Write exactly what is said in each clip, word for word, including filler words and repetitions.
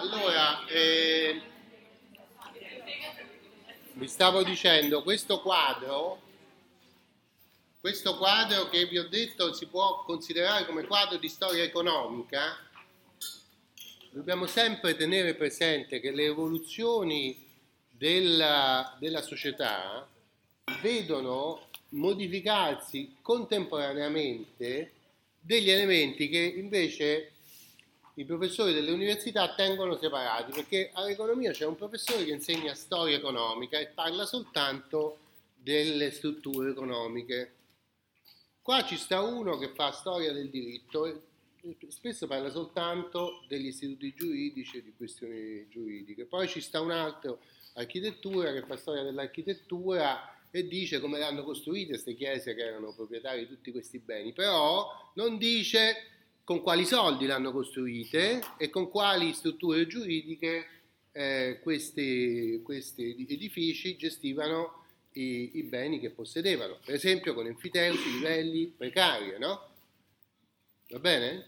Allora, eh, vi stavo dicendo, questo quadro, questo quadro che vi ho detto si può considerare come quadro di storia economica, dobbiamo sempre tenere presente che le evoluzioni della, della società vedono modificarsi contemporaneamente degli elementi che invece i professori delle università tengono separati, perché all'economia c'è un professore che insegna storia economica e parla soltanto delle strutture economiche. Qua ci sta uno che fa storia del diritto e spesso parla soltanto degli istituti giuridici e di questioni giuridiche. Poi ci sta un altro, architettura, che fa storia dell'architettura e dice come le hanno costruite queste chiese che erano proprietarie di tutti questi beni, però non dice con quali soldi l'hanno costruite e con quali strutture giuridiche eh, questi, questi edifici gestivano i, i beni che possedevano, per esempio con enfiteusi, livelli precari, no? Va bene?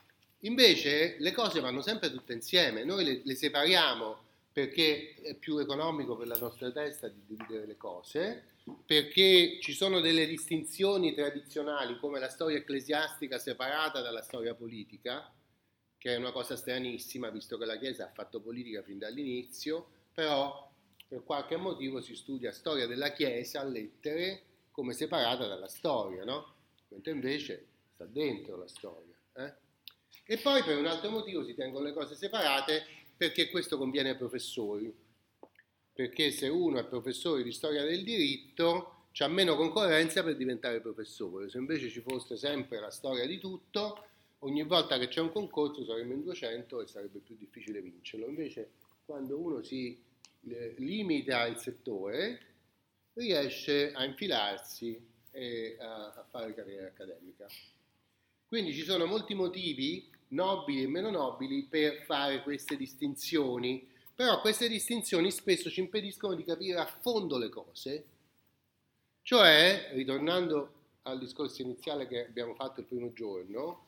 Invece le cose vanno sempre tutte insieme, noi le, le separiamo perché è più economico per la nostra testa di dividere le cose, perché ci sono delle distinzioni tradizionali come la storia ecclesiastica separata dalla storia politica, che è una cosa stranissima visto che la Chiesa ha fatto politica fin dall'inizio, però per qualche motivo si studia storia della Chiesa a lettere come separata dalla storia, no? Mentre invece sta dentro la storia. Eh? E poi per un altro motivo si tengono le cose separate perché questo conviene ai professori, perché se uno è professore di storia del diritto c'ha meno concorrenza per diventare professore, se invece ci fosse sempre la storia di tutto, ogni volta che c'è un concorso saremmo in duecento e sarebbe più difficile vincerlo, invece quando uno si eh, limita il settore riesce a infilarsi e a, a fare carriera accademica. Quindi ci sono molti motivi, nobili e meno nobili, per fare queste distinzioni, però queste distinzioni spesso ci impediscono di capire a fondo le cose, cioè, ritornando al discorso iniziale che abbiamo fatto il primo giorno,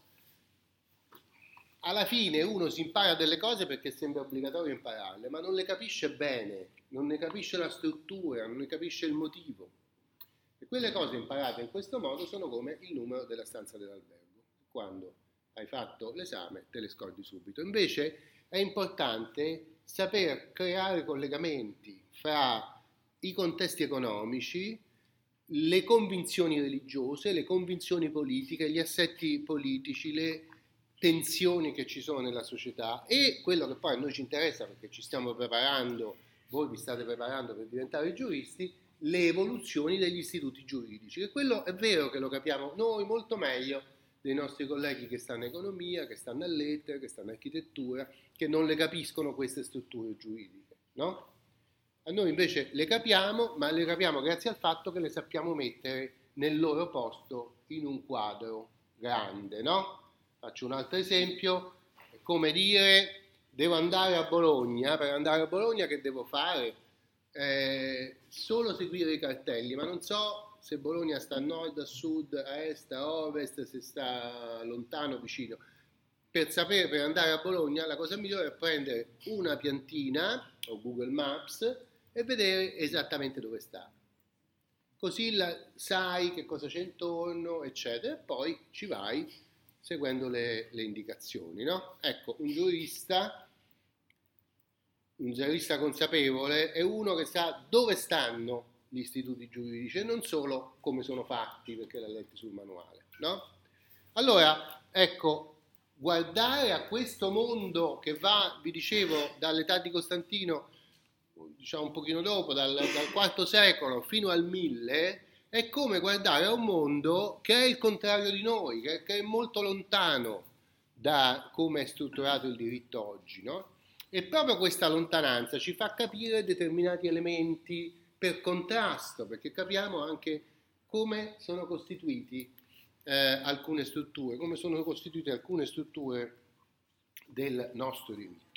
alla fine uno si impara delle cose perché sembra obbligatorio impararle, ma non le capisce bene, non ne capisce la struttura, non ne capisce il motivo. E quelle cose imparate in questo modo sono come il numero della stanza dell'albergo. Quando hai fatto l'esame te le scordi subito. Invece è importante saper creare collegamenti fra i contesti economici, le convinzioni religiose, le convinzioni politiche, gli assetti politici, le tensioni che ci sono nella società e quello che poi a noi ci interessa perché ci stiamo preparando, voi vi state preparando per diventare giuristi, le evoluzioni degli istituti giuridici. E quello è vero che lo capiamo noi molto meglio dei nostri colleghi che stanno in economia, che stanno a lettere, che stanno in architettura, che non le capiscono queste strutture giuridiche, no? A noi invece le capiamo, ma le capiamo grazie al fatto che le sappiamo mettere nel loro posto in un quadro grande, no? Faccio un altro esempio, è come dire devo andare a Bologna, per andare a Bologna che devo fare? Eh, solo seguire i cartelli, ma non so se Bologna sta a nord, a sud, a est, a ovest, se sta lontano, vicino. Per sapere, per andare a Bologna, la cosa migliore è prendere una piantina o Google Maps e vedere esattamente dove sta. Così la, sai che cosa c'è intorno, eccetera, e poi ci vai seguendo le, le indicazioni, no? Ecco, un giurista, un giurista consapevole è uno che sa dove stanno gli istituti giuridici e non solo come sono fatti perché l'ha letti sul manuale, no? Allora, ecco, guardare a questo mondo che va, vi dicevo, dall'età di Costantino, diciamo un pochino dopo, dal, dal quarto secolo fino al mille, è come guardare a un mondo che è il contrario di noi, che, che è molto lontano da come è strutturato il diritto oggi, no? E proprio questa lontananza ci fa capire determinati elementi per contrasto, perché capiamo anche come sono costituiti eh, alcune strutture, come sono costituite alcune strutture del nostro diritto.